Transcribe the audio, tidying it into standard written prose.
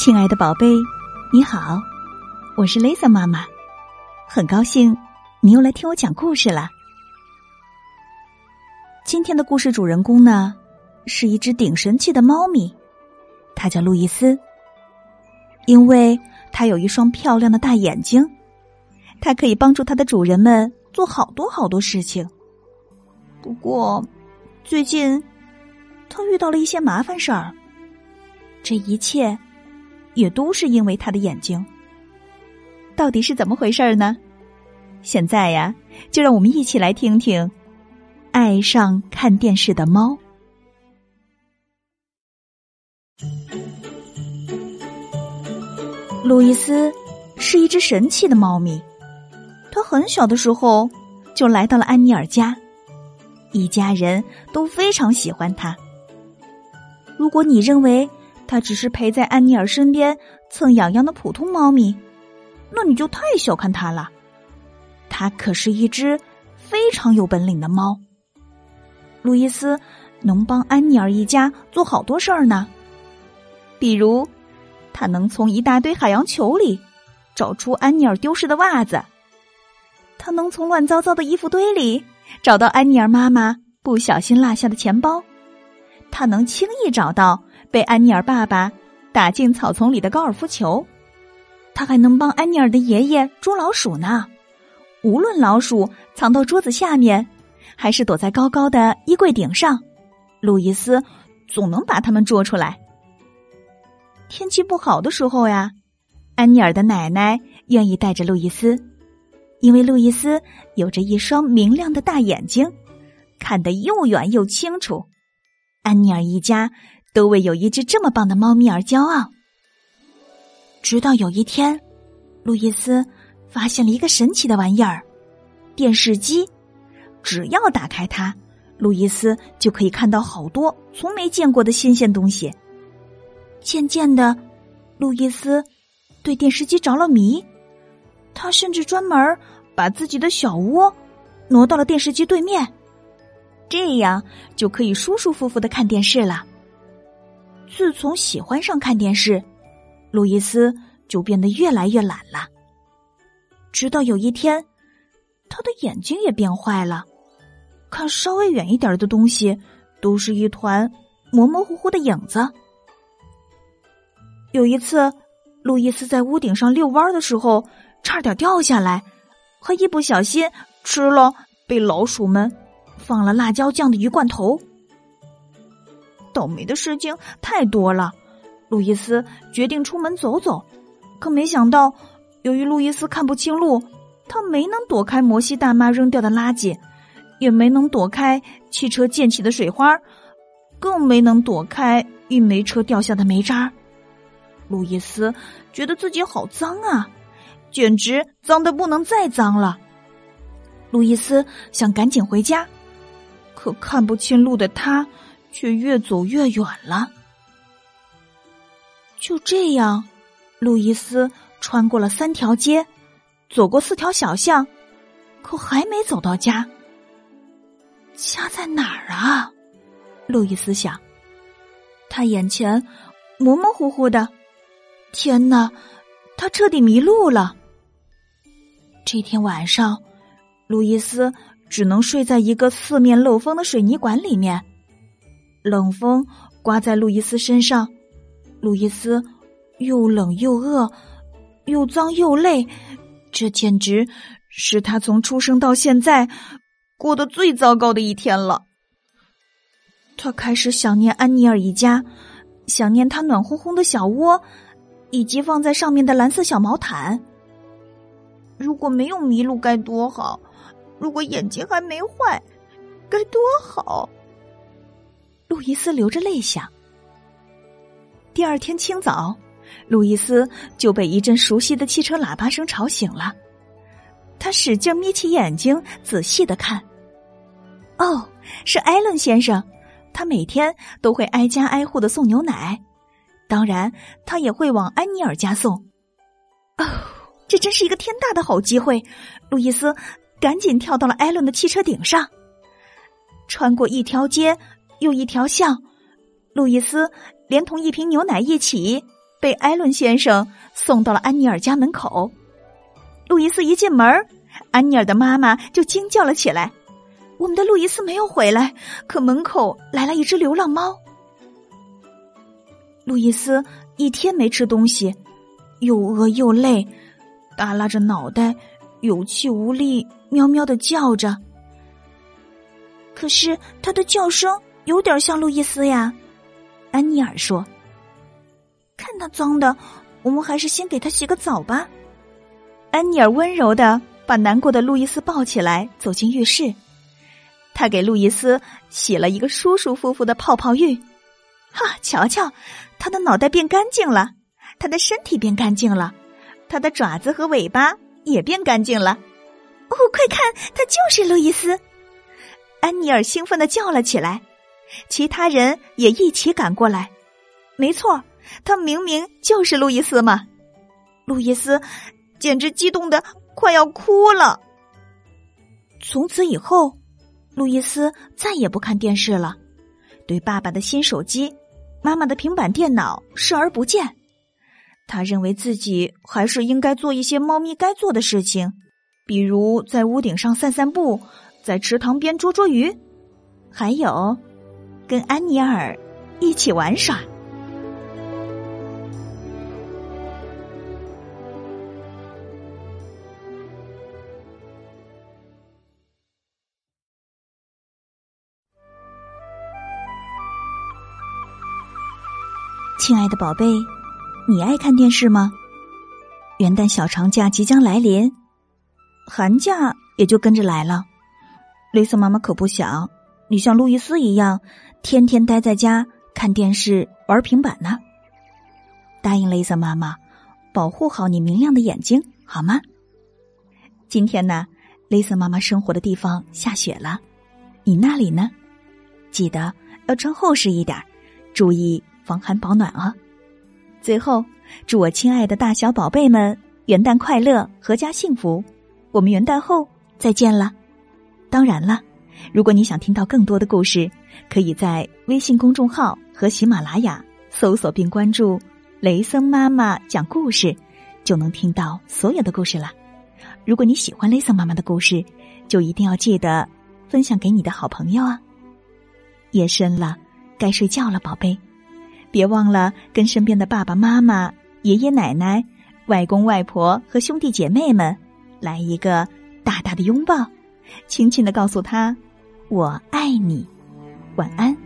亲爱的宝贝，你好，我是 Lisa 妈妈，很高兴你又来听我讲故事了。今天的故事主人公呢，是一只顶神气的猫咪，它叫路易斯。因为它有一双漂亮的大眼睛，它可以帮助它的主人们做好多事情。不过最近它遇到了一些麻烦事儿，这一切也都是因为他的眼睛。到底是怎么回事呢？现在呀，就让我们一起来听听爱上看电视的猫。路易斯是一只神气的猫咪，它很小的时候就来到了安妮尔家，一家人都非常喜欢它。如果你认为它只是陪在安妮尔身边蹭痒痒的普通猫咪，那你就太小看它了。它可是一只非常有本领的猫。路易斯能帮安妮尔一家做好多事儿呢，比如他能从一大堆海洋球里找出安妮尔丢失的袜子，他能从乱糟糟的衣服堆里找到安妮尔妈妈不小心落下的钱包，他能轻易找到被安妮尔爸爸打进草丛里的高尔夫球，他还能帮安妮尔的爷爷捉老鼠呢。无论老鼠藏到桌子下面，还是躲在高高的衣柜顶上，路易斯总能把它们捉出来。天气不好的时候呀，安妮尔的奶奶愿意带着路易斯，因为路易斯有着一双明亮的大眼睛，看得又远又清楚。安妮尔一家都为有一只这么棒的猫咪而骄傲。直到有一天，路易斯发现了一个神奇的玩意儿——电视机。只要打开它，路易斯就可以看到好多从没见过的新鲜东西。渐渐的，路易斯对电视机着了迷，他甚至专门把自己的小窝挪到了电视机对面，这样就可以舒舒服服的看电视了。自从喜欢上看电视，路易斯就变得越来越懒了。直到有一天，他的眼睛也变坏了，看稍微远一点的东西都是一团模模糊糊的影子。有一次，路易斯在屋顶上遛弯的时候差点掉下来，还一不小心吃了被老鼠们放了辣椒酱的鱼罐头。倒霉的事情太多了，路易斯决定出门走走，可没想到由于路易斯看不清路，他没能躲开摩西大妈扔掉的垃圾，也没能躲开汽车溅起的水花，更没能躲开运煤车掉下的煤渣。路易斯觉得自己好脏啊，简直脏得不能再脏了。路易斯想赶紧回家，可看不清路的他却越走越远了。就这样，路易斯穿过了3条街，走过4条小巷，可还没走到家。家在哪儿啊？路易斯想。他眼前模模糊糊的，天哪，他彻底迷路了。这天晚上，路易斯只能睡在一个四面漏风的水泥管里面。冷风刮在路易斯身上，路易斯又冷又饿，又脏又累，这简直是他从出生到现在过得最糟糕的一天了。他开始想念安妮尔一家，想念他暖烘烘的小窝，以及放在上面的蓝色小毛毯。如果没有迷路该多好，如果眼睛还没坏该多好。路易斯流着泪想。第二天清早，路易斯就被一阵熟悉的汽车喇叭声吵醒了。他使劲眯起眼睛仔细地看。哦，是艾伦先生，他每天都会挨家挨户地送牛奶，当然他也会往安妮尔家送。哦，这真是一个天大的好机会，路易斯赶紧跳到了艾伦的汽车顶上。穿过一条街又一条巷，路易斯连同一瓶牛奶一起被艾伦先生送到了安妮尔家门口。路易斯一进门，安妮尔的妈妈就惊叫了起来：我们的路易斯没有回来，可门口来了一只流浪猫。路易斯一天没吃东西，又饿又累，耷拉着脑袋，有气无力，喵喵地叫着。可是他的叫声有点像路易斯呀，安妮尔说。看他脏的，我们还是先给他洗个澡吧。安妮尔温柔地把难过的路易斯抱起来，走进浴室。她给路易斯洗了一个舒舒服服的泡泡浴。哈，瞧瞧，他的脑袋变干净了，他的身体变干净了，他的爪子和尾巴也变干净了。哦，快看，他就是路易斯！安妮尔兴奋地叫了起来，其他人也一起赶过来。没错，他明明就是路易斯嘛！路易斯简直激动得快要哭了。从此以后，路易斯再也不看电视了，对爸爸的新手机、妈妈的平板电脑视而不见。他认为自己还是应该做一些猫咪该做的事情，比如在屋顶上散散步，在池塘边捉捉鱼，还有跟安妮尔一起玩耍。亲爱的宝贝，你爱看电视吗？元旦小长假即将来临，寒假也就跟着来了。雷瑟妈妈可不想你像路易斯一样天天待在家看电视玩平板呢。答应雷瑟妈妈，保护好你明亮的眼睛，好吗？今天呢，雷瑟妈妈生活的地方下雪了，你那里呢？记得要穿厚实一点，注意防寒保暖哦。最后，祝我亲爱的大小宝贝们元旦快乐，阖家幸福。我们元旦后再见了。当然了，如果你想听到更多的故事，可以在微信公众号和喜马拉雅搜索并关注雷森妈妈讲故事，就能听到所有的故事了。如果你喜欢雷森妈妈的故事，就一定要记得分享给你的好朋友啊。夜深了，该睡觉了，宝贝。别忘了跟身边的爸爸妈妈、爷爷奶奶、外公外婆和兄弟姐妹们来一个大大的拥抱，轻轻地告诉他我爱你。晚安。